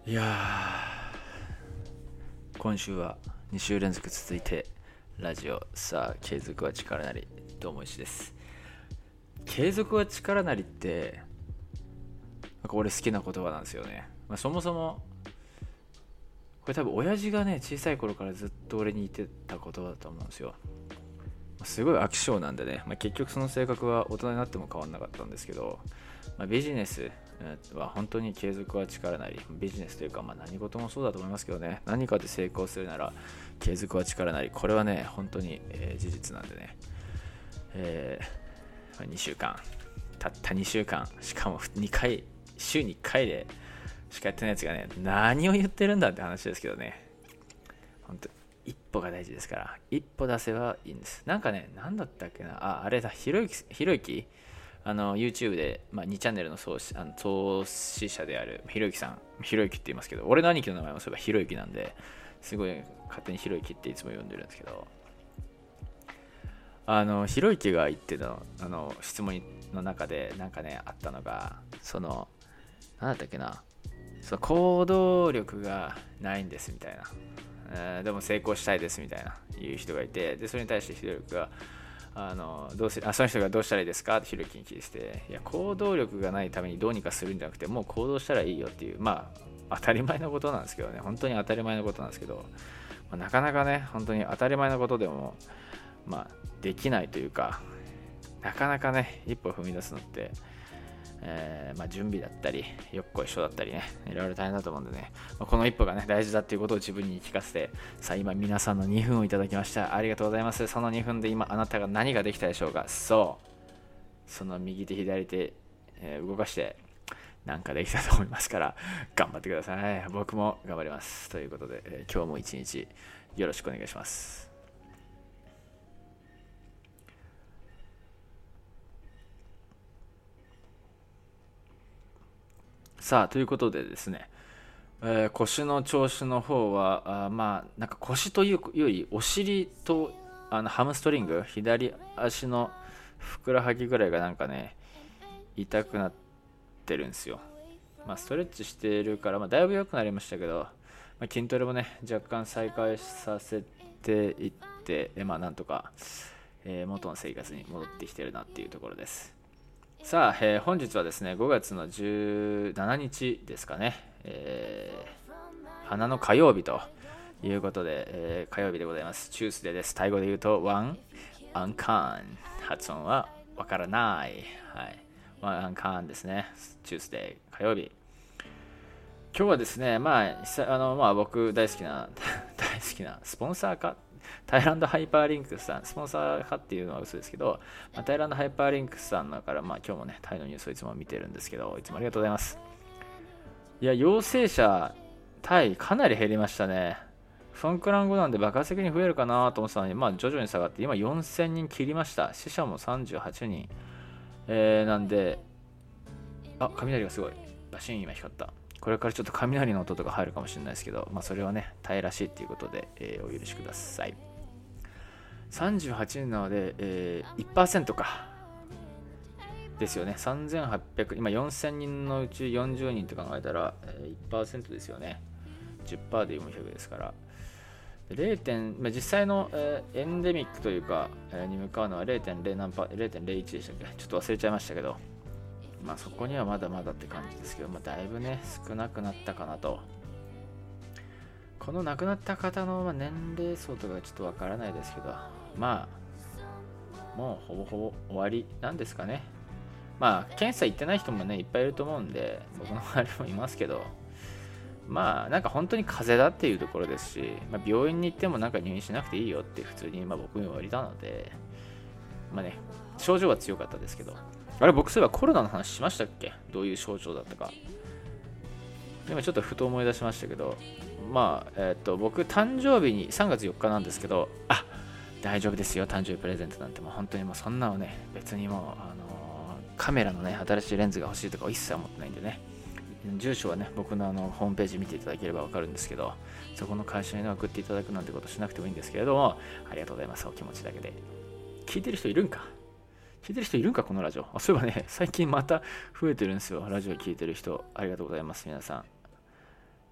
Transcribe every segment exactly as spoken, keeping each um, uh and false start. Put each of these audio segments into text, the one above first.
いやー、今週はに週連続続いてラジオ、さあ継続は力なり、どうも石です。継続は力なりってなんか俺好きな言葉なんですよね。まあ、そもそもこれ多分親父がね小さい頃からずっと俺に言ってた言葉だと思うんですよ。すごい飽き性なんでね、まあ、結局その性格は大人になっても変わんなかったんですけど、まあ、ビジネスは本当に継続は力なり、ビジネスというか、まあ、何事もそうだと思いますけどね、何かで成功するなら継続は力なり、これはね本当に、えー事実なんでね、えーにしゅうかん、たったにしゅうかん、しかもにかい、週にいっかいでしかやってないやつがね、何を言ってるんだって話ですけどね、本当一歩が大事ですから、一歩出せばいいんです。なんかね、なんだったっけな、あ、あれだ、ひろゆき、ひろゆきあの YouTube で、まあ、にチャンネルの創始あの創始者であるひろゆきさん、ひろゆきって言いますけど、俺の兄貴の名前もそういえばひろゆきなんで、すごい勝手にひろゆきっていつも呼んでるんですけど、あのひろゆきが言ってたあの質問の中でなんかねあったのが、そのなんだったっけな、その行動力がないんですみたいな、えーでも成功したいですみたいないう人がいて、でそれに対してひろゆきがあのどうせあその人がどうしたらいいですかってひろゆきに聞いてて、いや行動力がないためにどうにかするんじゃなくて、もう行動したらいいよっていう、まあ当たり前のことなんですけどね、本当に当たり前のことなんですけど、まあ、なかなかね本当に当たり前のことでもまあできないというか、なかなかね一歩踏み出すのって、えーまあ、準備だったりよっこいしょだったりね、いろいろ大変だと思うんでね、まあ、この一歩がね大事だっていうことを自分に聞かせて、さあ今皆さんのにふんをいただきました。ありがとうございます。そのにふんで今あなたが何ができたでしょうか。そうその右手左手、えー動かしてなんかできたと思いますから、頑張ってください。僕も頑張りますということで、えー今日も一日よろしくお願いします。さあということでですね、えー腰の調子の方は、あまあなんか腰というよりお尻とあのハムストリング、左足のふくらはぎぐらいがなんかね痛くなってるんですよ。まあストレッチしてるから、まあ、だいぶ良くなりましたけど、まあ、筋トレもね若干再開させていって、えまあなんとか、えー元の生活に戻ってきてるなっていうところです。さあ、えー本日はですねごがつのじゅうしちにちですかね、えー花の火曜日ということで、えー火曜日でございます。チュースデーです。タイ語で言うとワンアンカーン、発音はわからない、はい、ワンアンカーンですね。チュースデー火曜日、今日はですね、まあ、あのまあ、僕大好きな大好きなスポンサーか、タイランドハイパーリンクスさん、スポンサーかっていうのは嘘ですけど、まあ、タイランドハイパーリンクスさんだから、まあ、今日もね、タイのニュースをいつも見てるんですけど、いつもありがとうございます。いや、陽性者、タイかなり減りましたね。そんくらい後なんで爆発的に増えるかなと思ってたのに、まあ、徐々に下がって、今よんせんにん切りました。死者もさんじゅうはちにん。えー、なんで、あ、雷がすごい。バシーン今光った。これからちょっと雷の音とか入るかもしれないですけど、まあそれはね、耐えらしいっていうことで、えーお許しください。さんじゅうはちにんなので、えー、いちパーセントか。ですよね。さんぜんはっぴゃく、今よんせんにんのうちよんじゅうにんと考えたら、えー、いちパーセントですよね。じゅっパーセントでよんひゃくですから。れい. まあ、実際の、えーエンデミックというか、えーに向かうのは れいてんれい 何パー、れいてんれいいちでしたっけ、ちょっと忘れちゃいましたけど、まあそこにはまだまだって感じですけど、まあ、だいぶね少なくなったかなと。この亡くなった方の年齢層とかちょっとわからないですけど、まあもうほぼほぼ終わりなんですかね。まあ検査行ってない人もねいっぱいいると思うんで、僕の周りもいますけど、まあなんか本当に風邪だっていうところですし、まあ、病院に行ってもなんか入院しなくていいよって普通にまあ僕に言われたので、まあね症状は強かったですけど、あれ僕そういえばコロナの話しましたっけ、どういう症状だったか。今ちょっとふと思い出しましたけど、まあ、えっ、と、僕、誕生日にさんがつよっかなんですけど、あ、大丈夫ですよ、誕生日プレゼントなんて、もう本当にもうそんなのね、別にもう、あのーカメラのね、新しいレンズが欲しいとか一切思ってないんでね、住所はね、僕のあのホームページ見ていただければわかるんですけど、そこの会社に、ね、送っていただくなんてことしなくてもいいんですけれども、ありがとうございます、お気持ちだけで。聞いてる人いるんか聞いてる人いるんかこのラジオ。あ、そういえばね、最近また増えてるんですよ、ラジオ聞いてる人。ありがとうございます、皆さん。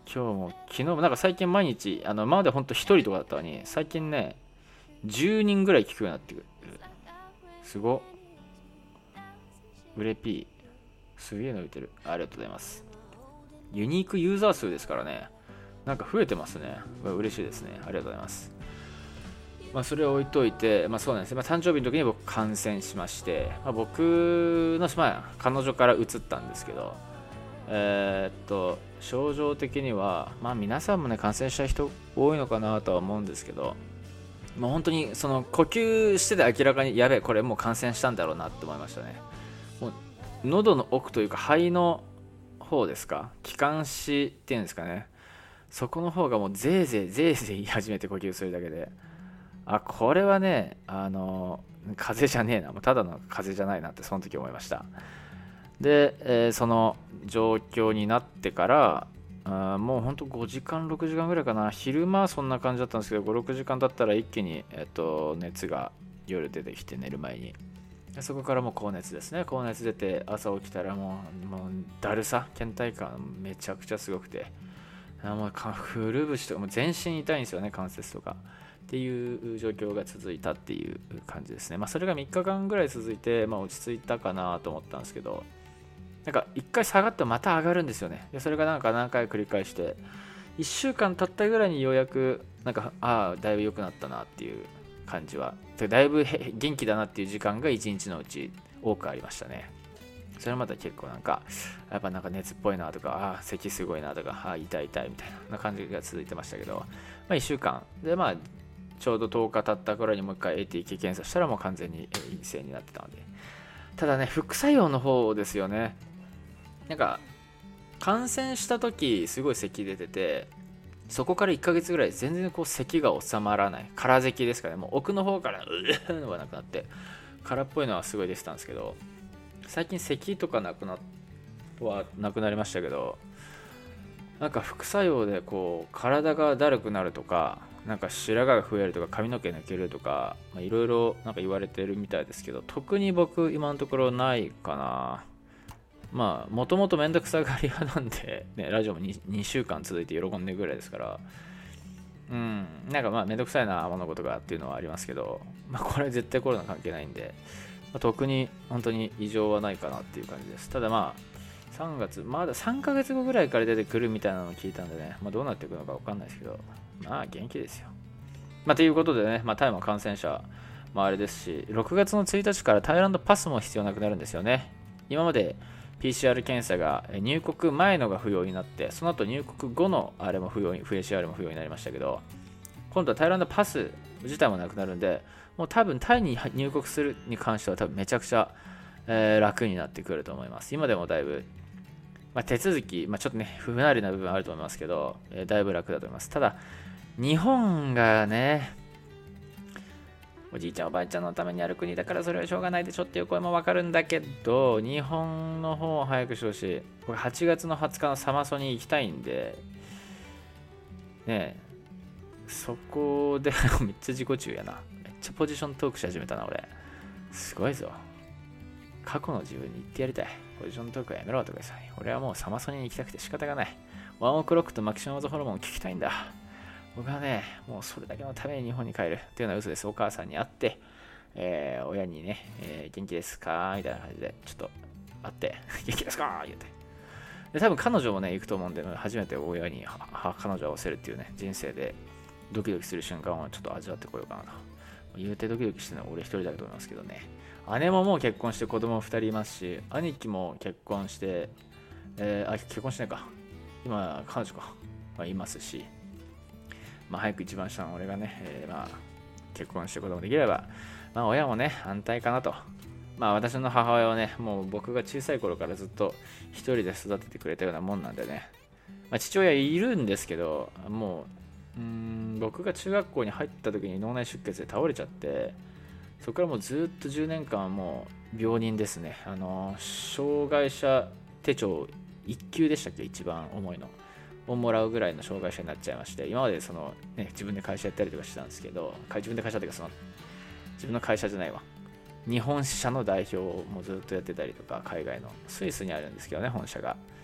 今日も昨日もなんか最近毎日あの今までほんとひとりとかだったのに最近ねじゅうにんぐらい聞くようになってくる。すごっ。売れ P すげえ伸びてる。ありがとうございます。ユニークユーザー数ですからね、なんか増えてますね。嬉しいですね。ありがとうございます。まあ、それを置いといて、まあ、そうなんですね。まあ、誕生日の時に僕感染しまして、まあ、僕の、まあ、彼女から移ったんですけど、えー、っと症状的には、まあ、皆さんもね感染した人多いのかなとは思うんですけど、もう本当にその呼吸してて明らかにやべえこれもう感染したんだろうなって思いましたね。もう喉の奥というか肺の方ですか、気管支っていうんですかね、そこの方がもうぜいぜいぜいぜい言い始めて呼吸するだけで、あこれはねあの風邪じゃねえな、もうただの風邪じゃないなってその時思いました。で、えー、その状況になってからあもうほんとごじかんろくじかんぐらいかな、昼間はそんな感じだったんですけどごろくじかん経ったら一気に、えっと、熱が夜出てきて寝る前に、そこからもう高熱ですね。高熱出て朝起きたらもう、もうだるさ倦怠感めちゃくちゃすごくて、あもうくるぶしとかもう全身痛いんですよね、関節とかっていう状況が続いたっていう感じですね。まあそれがみっかかんぐらい続いて、まあ、落ち着いたかなと思ったんですけど、なんかいっかい下がってまた上がるんですよね。でそれがなんか何回繰り返していっしゅうかん経ったぐらいにようやくなんかああだいぶ良くなったなっていう感じは、だいぶ元気だなっていう時間がいちにちのうち多くありましたね。それまた結構なんかやっぱなんか熱っぽいなとか、ああ咳すごいなとか、ああ痛い痛いみたいな感じが続いてましたけど、まあ、いっしゅうかんでまあちょうどとおか経った頃にもう一回 エーティーケー 検査したらもう完全に陰性になってたので、ただね副作用の方ですよね。なんか感染した時すごい咳出てて、そこからいっかげつぐらい全然こう咳が収まらない、空咳ですかね、もう奥の方からうーのがなくなって空っぽいのはすごい出てたんですけど、最近咳とかなくなはなくなりましたけど、なんか副作用でこう体がだるくなるとか、なんか白髪が増えるとか髪の毛抜けるとかいろいろなんか言われてるみたいですけど、特に僕今のところないかな。まあもともとめんどくさがり屋なんで、ね、ラジオも 2, にしゅうかん続いて喜んでるぐらいですから、うんなんかまあめんどくさいな物事がっていうのはありますけど、まあこれは絶対コロナ関係ないんで、まあ、特に本当に異常はないかなっていう感じです。ただまあさんがつまださんかげつごぐらいから出てくるみたいなのを聞いたんでね、まあ、どうなっていくのか分かんないですけど、まあ元気ですよ。まあということでね、まあ大麻感染者もあれですし、ろくがつのついたちからタイランドパスも必要なくなるんですよね。今までピーシーアール 検査が入国前のが不要になって、その後入国後のあれも不要に ピーシーアール も不要になりましたけど、今度はタイランドパス自体もなくなるんで、もう多分タイに入国するに関しては多分めちゃくちゃ、えー、楽になってくると思います。今でもだいぶ、まあ、手続き、まあ、ちょっとね不慣れな部分あると思いますけど、えー、だいぶ楽だと思います。ただ日本がね、おじいちゃんおばあちゃんのためにある国だからそれはしょうがないでしょっていう声もわかるんだけど、日本の方を早くしてほしい。僕はちがつのはつかのサマソに行きたいんでね、そこでめっちゃ自己中やな。めっちゃポジショントークし始めたな俺。すごいぞ。過去の自分に言ってやりたい。ポジショントークはやめろとかさ。俺はもうサマソニに行きたくて仕方がない。ワンオクロックとマキシマムズホルモンを聞きたいんだ。僕はね、もうそれだけのために日本に帰るっていうのは嘘です。お母さんに会って、えー、親にね、えー、元気ですかみたいな感じで、ちょっと会って、元気ですか言って。で、多分彼女もね、行くと思うんで、初めて親には彼女を会わせるっていうね、人生でドキドキする瞬間をちょっと味わってこようかなと。言うてドキドキしてるのは俺一人だと思いますけどね。姉ももう結婚して子供ふたりいますし、兄貴も結婚して、えー、あ、結婚してないか。今、彼女か。まあ、いますし、まあ、早く一番下の俺がね、えー、まあ結婚して子供できれば、まあ、親もね安泰かなと。まあ私の母親はね、もう僕が小さい頃からずっと一人で育ててくれたようなもんなんでね、まあ、父親いるんですけど、もう、うーん僕が中学校に入った時に脳内出血で倒れちゃって、そこからもうずっとじゅうねんかんもう病人ですね。あの障害者手帳いっきゅうでしたっけ、一番重いのをもらうぐらいの障害者になっちゃいまして、今までその、ね、自分で会社やったりとかしてたんですけど、自分で会社というかその自分の会社じゃないわ、日本支社の代表もずっとやってたりとか、海外のスイスにあるんですけどね、本社が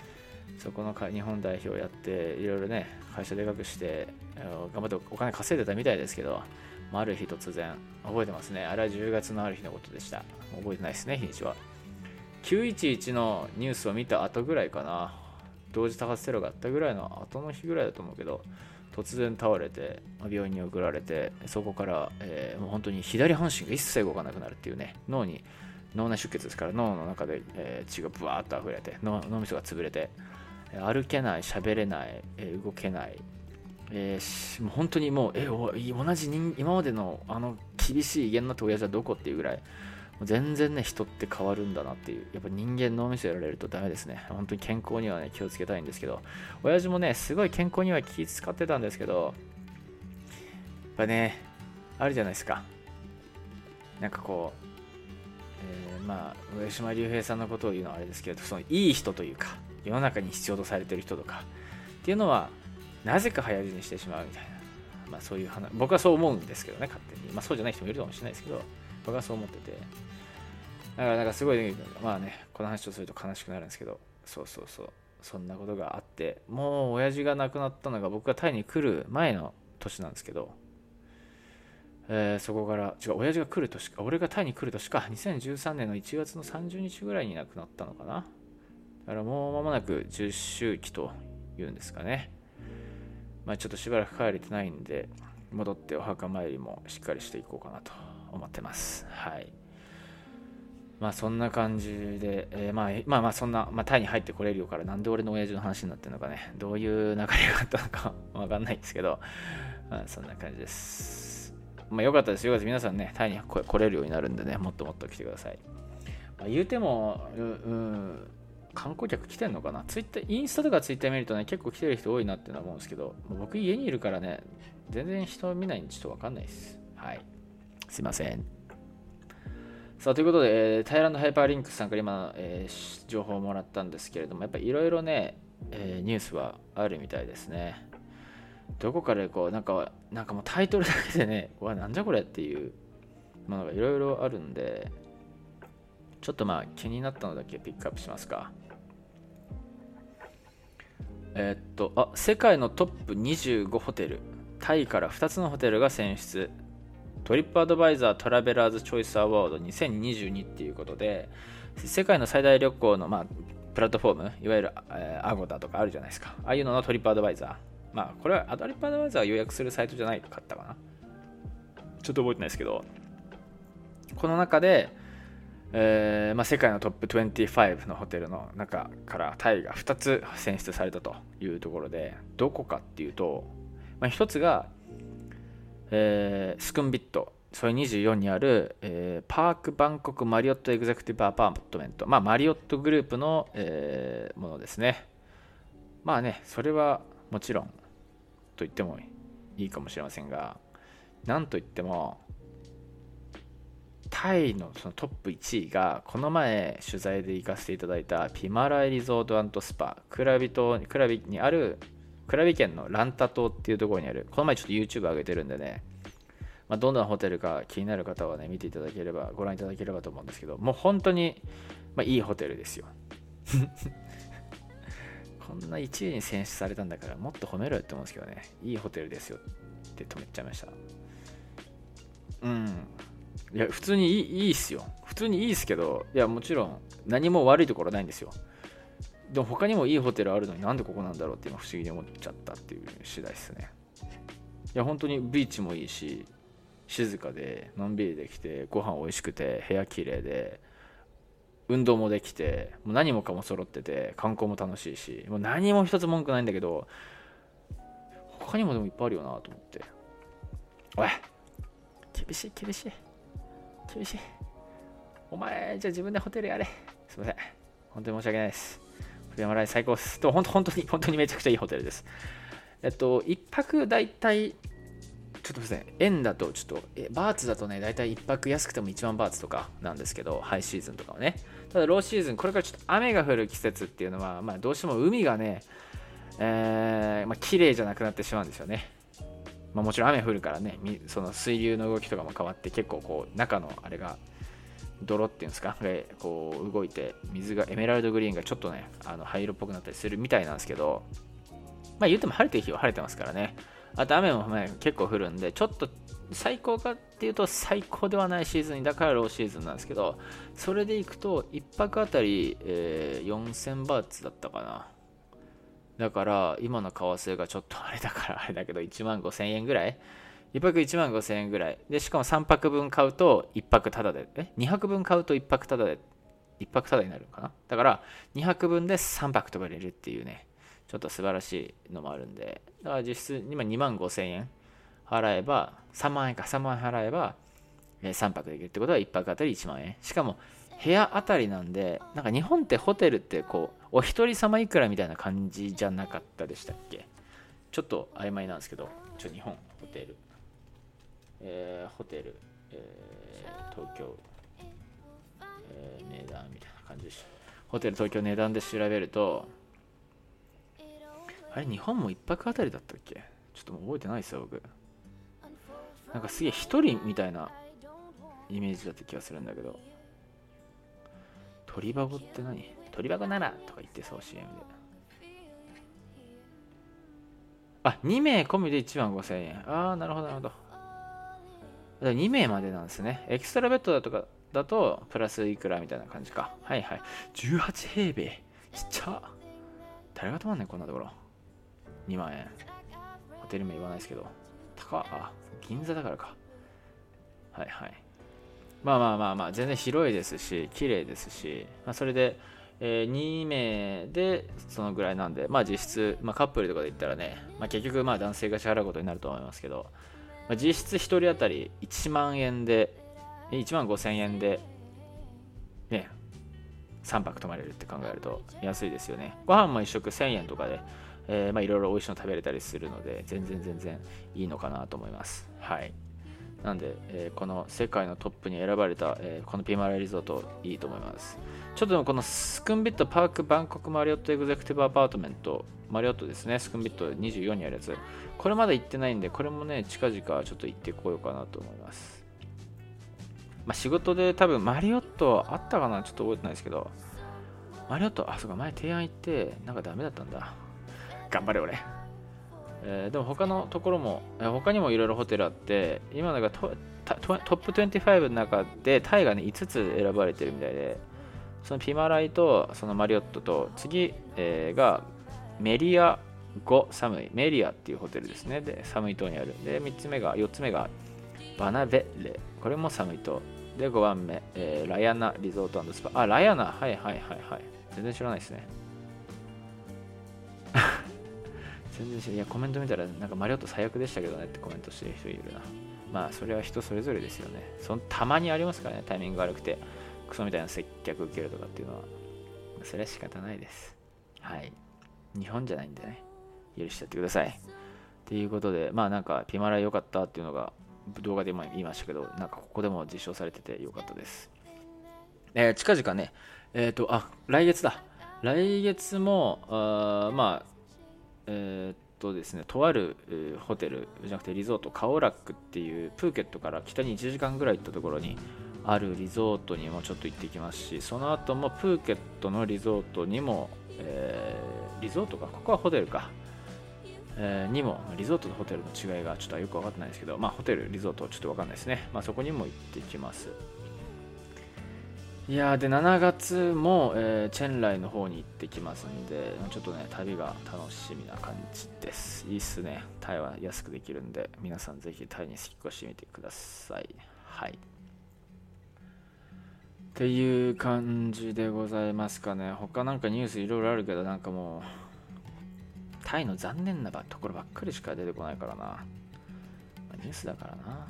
そこの日本代表をやっていろいろね会社でかくして頑張ってお金稼いでたみたいですけど、まあ、ある日突然覚えてますね。あれはじゅうがつのある日のことでした。覚えてないですね、日にちは。きゅういちいちのニュースを見た後ぐらいかな、同時多発テロがあったぐらいの後の日ぐらいだと思うけど、突然倒れて病院に送られて、そこから、えー、もう本当に左半身が一切動かなくなるっていうね、脳に脳内出血ですから、脳の中で、えー、血がブワーッと溢れて 脳, 脳みそが潰れて、歩けない、喋れない、えー、動けない、えー、もう本当にもう、えー、同じ人今までのあの厳しい威厳になった親父はどこっていうぐらい、全然ね人って変わるんだなっていう。やっぱ人間脳みそやられるとダメですね。本当に健康にはね気をつけたいんですけど、親父もねすごい健康には気使ってたんですけど、やっぱねあるじゃないですか、なんかこう、えー、まあ上島竜兵さんのことを言うのはあれですけど、そのいい人というか世の中に必要とされてる人とかっていうのはなぜか早死にしてしまうみたいな、まあそういう話、僕はそう思うんですけどね、勝手に。まあそうじゃない人もいるかもしれないですけど、僕はそう思ってて、だからなんかすごい、ね、まあねこの話をすると悲しくなるんですけど、そうそうそう、そんなことがあって、もう親父が亡くなったのが僕がタイに来る前の年なんですけど、えー、そこから違う、親父が来る年か、俺がタイに来る年か、にせんじゅうさんねんのいちがつのさんじゅうにちぐらいに亡くなったのかな。だからもう間もなくじゅっしゅうきというんですかね。まあちょっとしばらく帰れてないんで、戻ってお墓参りもしっかりしていこうかなと思ってます。はい。まあそんな感じで、えー、まあまあまあそんな、まあ、タイに入ってこれるよからなんで俺の親父の話になってるのかね、どういう流れがあったのかわかんないんですけど、まあ、そんな感じです。まあよかったです。よかったです。皆さんね、タイに来れるようになるんでね、もっともっと来てください。まあ、言うても、う、うん、観光客来てんのかな。ツイッター、インスタとかツイッター見るとね、結構来てる人多いなっていうのは思うんですけど、僕家にいるからね、全然人見ないんでちょっとわかんないです。はい。すいません。さあということで、えー、タイランドハイパーリンクスさんから今、えー、情報をもらったんですけれども、やっぱりいろいろね、えー、ニュースはあるみたいですね。どこからこうなんかなんかもうタイトルだけでね、うわなんじゃこれっていうものがいろいろあるんで、ちょっとまあ気になったのだけピックアップしますか。えー、っとあ世界のトップにじゅうごホテル、タイからふたつのホテルが選出、トリップアドバイザートラベラーズチョイスアワードにせんにじゅうにっていうことで、世界の最大旅行の、まあ、プラットフォーム、いわゆる、えー、アゴダとかあるじゃないですか。ああいうののトリップアドバイザー。まあ、これはトリップアドバイザーを予約するサイトじゃないかったかな。ちょっと覚えてないですけど、この中で、えーまあ、世界のトップにじゅうごのホテルの中からタイがふたつ選出されたというところで、どこかっていうと、まあ、ひとつが、えー、スクンビット、それにじゅうよんにある、えー、パークバンコクマリオットエグゼクティブアパートメント、まあ、マリオットグループの、えー、ものですね。まあね、それはもちろんと言ってもいいかもしれませんが、なんといってもタイのそのトップいちいが、この前取材で行かせていただいたピマライリゾート&スパ、クラビ島クラビにある、クラビ県のランタ島っていうところにある、この前ちょっと YouTube 上げてるんでね、まあ、どんなホテルか気になる方はね見ていただければ、ご覧いただければと思うんですけど、もう本当に、まあ、いいホテルですよこんないちいに選出されたんだからもっと褒めろよって思うんですけどね、いいホテルですよって止めちゃいました。うん、いや普通にいい、いいっすよ。普通にいいっすけど、いやもちろん何も悪いところないんですよ。でも他にもいいホテルあるのになんでここなんだろうって今不思議に思っちゃったっていう次第ですね。いや本当にビーチもいいし、静かでのんびりできて、ご飯美味しくて、部屋綺麗で、運動もできて、もう何もかも揃ってて、観光も楽しいし、もう何も一つ文句ないんだけど、他にもでもいっぱいあるよなと思って、おい厳しい厳しい厳しい、お前じゃあ自分でホテルやれ、すいません本当に申し訳ないです。フレマライ最高です。でも本当本当に本当にめちゃくちゃいいホテルです。えっといっぱくだいたいちょっとですね、円だとちょっとえバーツだとね、だいたいいっぱく安くてもいちまんバーツとかなんですけど、ハイシーズンとかはね。ただローシーズン、これからちょっと雨が降る季節っていうのは、まあ、どうしても海がね、えーまあ、綺麗じゃなくなってしまうんですよね。まあ、もちろん雨降るからね、その水流の動きとかも変わって、結構こう中のあれが泥っていうんですか、こう動いて水がエメラルドグリーンがちょっとねあの灰色っぽくなったりするみたいなんですけど、まあ言っても晴れてる日は晴れてますからね。あと雨も、ね、結構降るんで、ちょっと最高かっていうと最高ではないシーズン、だからローシーズンなんですけど、それでいくといっぱくあたり、えー、よんせんバーツだったかな。だから今の為替がちょっとあれだからあれだけどいちまんごせんえんぐらい、いっぱくいちまんごせんえんぐらいで、しかもさんぱくぶん買うといっぱくタダで、えにはくぶん買うといっぱくタダでいっぱくタダになるのかな。だからにはくぶんでさんぱく泊まれるっていうね、ちょっと素晴らしいのもあるんで、だから実質今にまんごせんえん払えばさんまんえんかさんまんえん払えばさんぱくできるってことは、いっぱくあたりいちまんえん、しかも部屋あたりなんで、なんか日本ってホテルってこうお一人様いくらみたいな感じじゃなかったでしたっけ。ちょっと曖昧なんですけど、ちょ日本ホテル、えー、ホテル、えー、東京、えー、値段みたいな感じでした。ホテル東京値段で調べると、あれ日本もいっぱくあたりだったっけ、ちょっともう覚えてないですよ僕。なんかすげえ一人みたいなイメージだった気がするんだけど、鳥箱って何、鳥箱ならとか言ってそう シーエム で。あ、にめい込みでいちまんごせんえん。ああ、なるほどなるほど。にめいまでなんですね。エクストラベッドだとかだとプラスいくらみたいな感じか。はいはい。じゅうはちへいべい、ちっちゃ。誰が泊まんねんこんなところ。にまんえん。ホテル名言わないですけど、高っ。あ、銀座だからか。はいはい。まあまあまあまあ、全然広いですし綺麗ですし、まあ、それで、えー、にめいでそのぐらいなんで、まあ実質、まあ、カップルとかで言ったらね、まあ、結局まあ男性が支払うことになると思いますけど、まあ、実質ひとり当たりいちまんえんでいちまんごせんえんでねさんぱく泊まれるって考えると安いですよね。ご飯もいっしょくせんえんとかで、えー、まあいろいろ美味しいの食べれたりするので、全然全然いいのかなと思います。はい。なんで、えー、この世界のトップに選ばれた、えー、このピマラリゾートいいと思います。ちょっとでもこのスクンビットパークバンコクマリオットエグゼクティブアパートメント、マリオットですね、スクンビットにじゅうよんにあるやつ、これまだ行ってないんで、これもね近々ちょっと行ってこようかなと思います。まあ、仕事で多分マリオットあったかな、ちょっと覚えてないですけど、マリオット、あ、そうか、前提案行ってなんかダメだったんだ。頑張れ俺。えー、でも他のところも、えー、他にもいろいろホテルあって、今なんか ト, ト, トップにじゅうごの中でタイがねいつつ選ばれてるみたいで、そのピマライとそのマリオットと次、えー、がメリアごサムイ、メリアっていうホテルですね。でサムイ島にある。でみっつめがよっつめがバナベレ、これもサムイ島で、ごばんめ、えー、ラヤナリゾート&スパ、あラヤナ、はいはいはいはい、全然知らないですね。全然知らない。いや、コメント見たらなんかマリオット最悪でしたけどねってコメントしてる人いるな。まあそれは人それぞれですよね。そのたまにありますからね、タイミングが悪くてクソみたいな接客受けるとかっていうのは、それは仕方ないです。はい、日本じゃないんでね、許しちゃってください。っていうことで、まあなんかピマラ良かったっていうのが動画でも言いましたけど、なんかここでも実証されてて良かったです。えー、近々ね、えっ、ー、とあ来月だ来月もあまあえー、っとですね、とある、えー、ホテルじゃなくてリゾート、カオラックっていうプーケットから北にいちじかんぐらい行ったところにあるリゾートにもちょっと行ってきますし、その後もプーケットのリゾートにも、えー、リゾートか、ここはホテルか、えー、にも、リゾートとホテルの違いがちょっとよく分かってないですけど、まあホテル、リゾートちょっと分かんないですね。まあそこにも行ってきます。いやーでしちがつも、えーチェンライの方に行ってきますんで、ちょっとね旅が楽しみな感じです。いいっすね。タイは安くできるんで、皆さんぜひタイに引っ越してみてください。はい。っていう感じでございますかね。他なんかニュースいろいろあるけど、なんかもうタイの残念なところばっかりしか出てこないからな。まあ、ニュースだからな。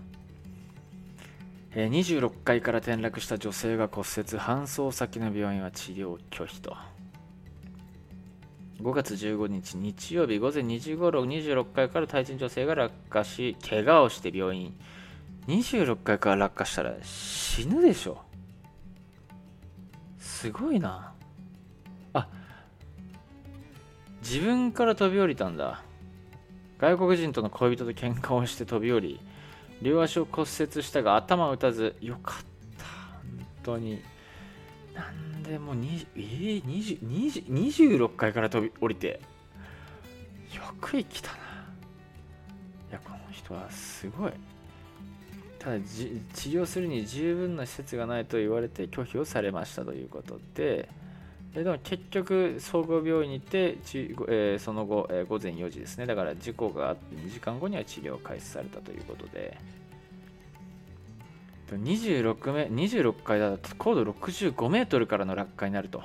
にじゅうろっかいから転落した女性が骨折、搬送先の病院は治療拒否と。ごがつじゅうごにち日曜日午前にじごろ、にじゅうろっかいから対人女性が落下し怪我をして病院。にじゅうろっかいから落下したら死ぬでしょ。すごいなあ。自分から飛び降りたんだ。外国人との恋人と喧嘩をして飛び降り、両足を骨折したが頭を打たずよかった。本当になんでもうに、えー、にじゅう、にじゅう、にじゅうろっかいから飛び降りてよく生きたな。いやこの人はすごい。ただ治療するに十分な施設がないと言われて拒否をされましたということで、でも結局総合病院に行ってち、えー、その後、えー、ごぜんよじですね。だから事故があってにじかんごには治療を開始されたということで、にじゅうろくめにじゅうろっかいだと高度ろくじゅうごメートルからの落下になると、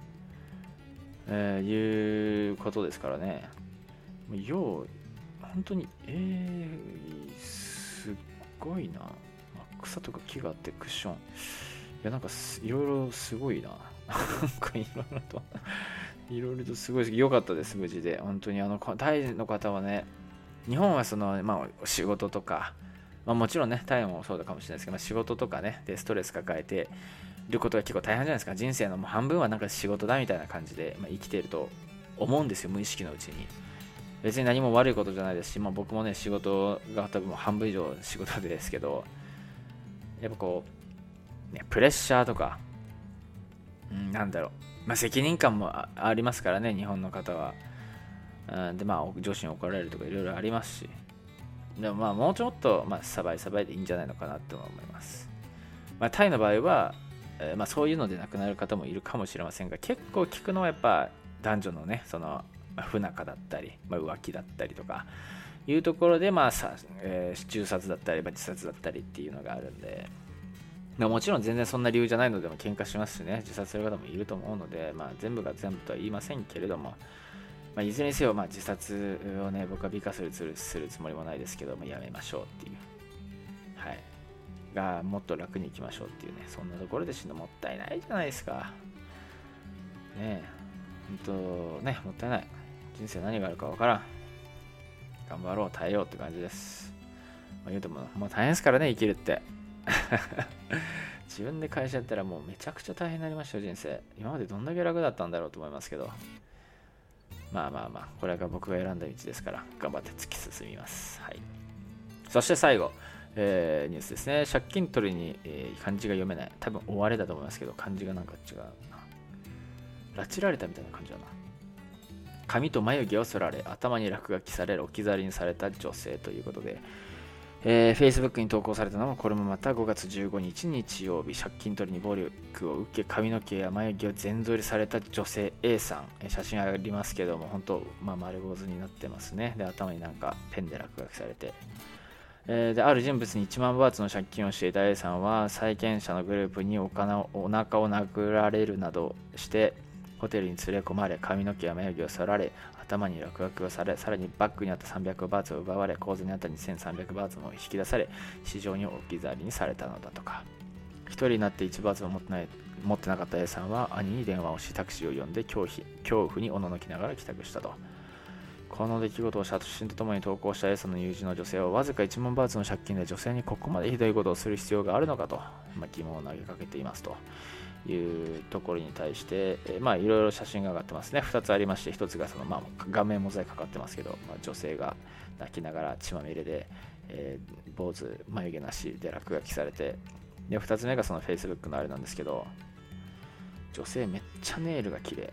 えー、いうことですからね。よう本当にえー、すっごいな。草とか木があってクッション、いやなんかいろいろすごいな。なんかいろいろといろいろとすごい良かったです。無事で本当に。あのタイの方はね、日本はそのまあ仕事とか、まあ、もちろんねタイもそうだかもしれないですけど、まあ、仕事とかねでストレス抱えていることが結構大変じゃないですか。人生のもう半分はなんか仕事だみたいな感じで、まあ、生きていると思うんですよ、無意識のうちに。別に何も悪いことじゃないですし、まあ、僕もね仕事が多分半分以上仕事ですけど、やっぱこう、ね、プレッシャーとか、うん、なんだろう、まあ、責任感も あ, ありますからね日本の方は。うん、でまあ上司に怒られるとかいろいろありますし、でもまあもうちょっと、まあ、サバイサバイでいいんじゃないのかなと思います。まあ、タイの場合は、えーまあ、そういうので亡くなる方もいるかもしれませんが、結構聞くのはやっぱ男女のねその、まあ、不仲だったり、まあ、浮気だったりとかいうところで、まあさえー、銃殺だったり、まあ、自殺だったりっていうのがあるんで、まあ、もちろん全然そんな理由じゃないのでも喧嘩しますしね、自殺する方もいると思うので、まあ、全部が全部とは言いませんけれども、まあ、いずれにせよ、まあ、自殺をね僕は美化するするつもりもないですけど、まあ、やめましょうっていう、はい、がもっと楽にいきましょうっていうね、そんなところで死ぬのもったいないじゃないですかね。え本当ね、もったいない。人生何があるかわからん。頑張ろう、耐えようって感じです。まあ、言うてももう大変ですからね、生きるって自分で会社やったらもうめちゃくちゃ大変になりましたよ、人生。今までどんだけ楽だったんだろうと思いますけど、まあまあまあ、これが僕が選んだ道ですから、頑張って突き進みます。はい。そして最後、えー、ニュースですね。借金取りに、えー、漢字が読めない。多分、終われだと思いますけど、漢字がなんか違うな。拉致られたみたいな感じだな。髪と眉毛を剃られ、頭に落書きされ、置き去りにされた女性ということで、えー、Facebook に投稿されたのもこれもまたごがつじゅうごにち日曜日、借金取りに暴力を受け髪の毛や眉毛を全剃りされた女性 A さん、写真ありますけども本当、まあ、丸坊主になってますね。で頭になんかペンで落書きされて、えー、である人物にいちまんバーツの借金をしていた A さんは債権者のグループにお金をお腹を殴られるなどしてホテルに連れ込まれ、髪の毛や眉毛を剃られ、頭に落書きをされ、さらにバッグにあったさんびゃくバーツを奪われ、口座にあったにせんさんびゃくバーツも引き出され、市場に置き去りにされたのだとか。一人になっていちバーツを持ってない持ってなかった A さんは兄に電話をしタクシーを呼んで恐怖恐怖におののきながら帰宅したと。この出来事を写真とともに投稿した A さんの友人の女性は、わずかいちまんバーツの借金で女性にここまでひどいことをする必要があるのかと、まあ、疑問を投げかけていますというところに対して、えー、まあいろいろ写真が上がってますね。ふたつありまして、ひとつがその、まあ、画面モザイクかかってますけど、まあ、女性が泣きながら血まみれで、えー、坊主眉毛なしで落書きされて、でふたつめがその Facebook のあれなんですけど、女性めっちゃネイルが綺麗、めっ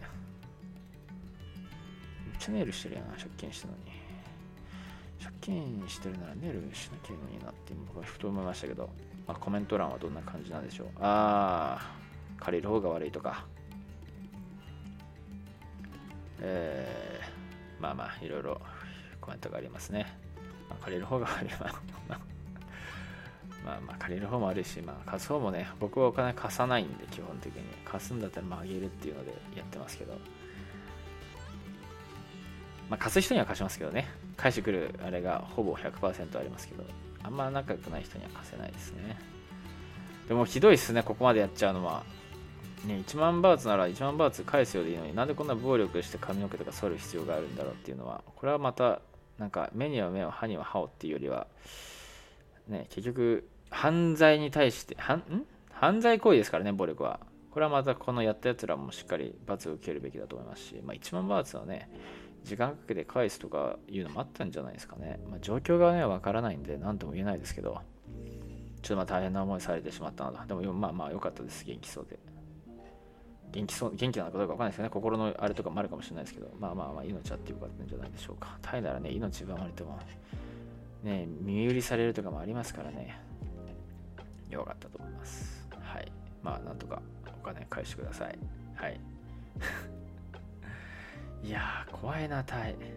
ちゃネイルしてるやん、借金してるのに。借金してるならネイルしなきゃいいのになって僕はふと思いましたけど、まあ、コメント欄はどんな感じなんでしょう。あー借りる方が悪いとか、えー、まあまあいろいろコメントがありますね。まあ、借りる方が悪いまあまあ借りる方も悪いし、まあ、貸す方もね、僕はお金貸さないんで基本的に貸すんだったらまああげるっていうのでやってますけど、まあ貸す人には貸しますけどね、返してくるあれがほぼ ひゃくパーセント ありますけど、あんま仲良くない人には貸せないですね。でもひどいっすね、ここまでやっちゃうのは。ね、いちまんバーツならいちまんバーツ返すようでいいのに、なんでこんな暴力して髪の毛とか剃る必要があるんだろうっていうのは、これはまたなんか目には目を歯には歯をっていうよりは、ね、結局犯罪に対してはんん犯罪行為ですからね、暴力は。これはまたこのやったやつらもしっかり罰を受けるべきだと思いますし、まあ、いちまんバーツはね時間かけて返すとかいうのもあったんじゃないですかね。まあ、状況がねわからないんで何とも言えないですけど、 ちょっとまあ大変な思いされてしまったのだ。でもまあまあ良かったです。元気そうで。元気そう、元気なのかどうかわかんないですけどね。心のあれとかもあるかもしれないですけど、まあまあまあ命あってよかったんじゃないでしょうか。タイならね、命奪われても、ね、身売りされるとかもありますからね。よかったと思います。はい。まあなんとかお金返してください。はい。いやー、怖いな、タイ。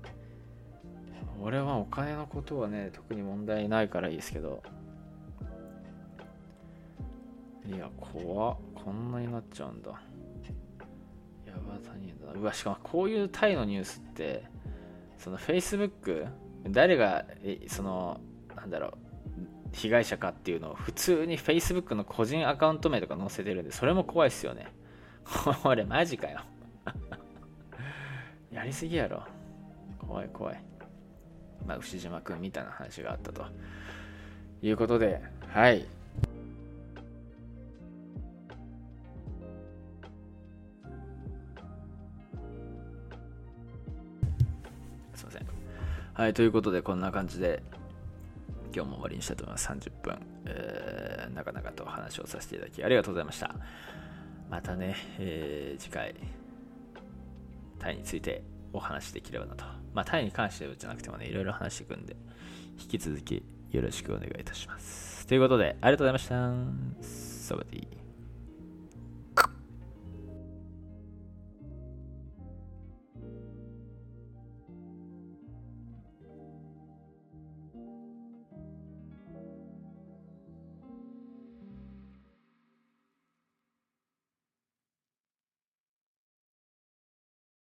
俺はお金のことはね、特に問題ないからいいですけど、いや、怖っ。こんなになっちゃうんだ。やば他人だな。うわ、しかもこういうタイのニュースって、その Facebook、誰が、その、なんだろう、被害者かっていうのを普通に Facebook の個人アカウント名とか載せてるんで、それも怖いっすよね。これマジかよ。やりすぎやろ。怖い怖い。まあ、牛島くんみたいな話があったということで、はい。すいません。はい、ということで、こんな感じで、今日も終わりにしたいと思います。さんじゅっぷん、えー、なかなかと話をさせていただきありがとうございました。またね、えー、次回、タイについてお話しできればなと。まあ、タイに関してじゃなくてもね、いろいろ話していくんで、引き続きよろしくお願いいたします。ということで、ありがとうございました。サワディー。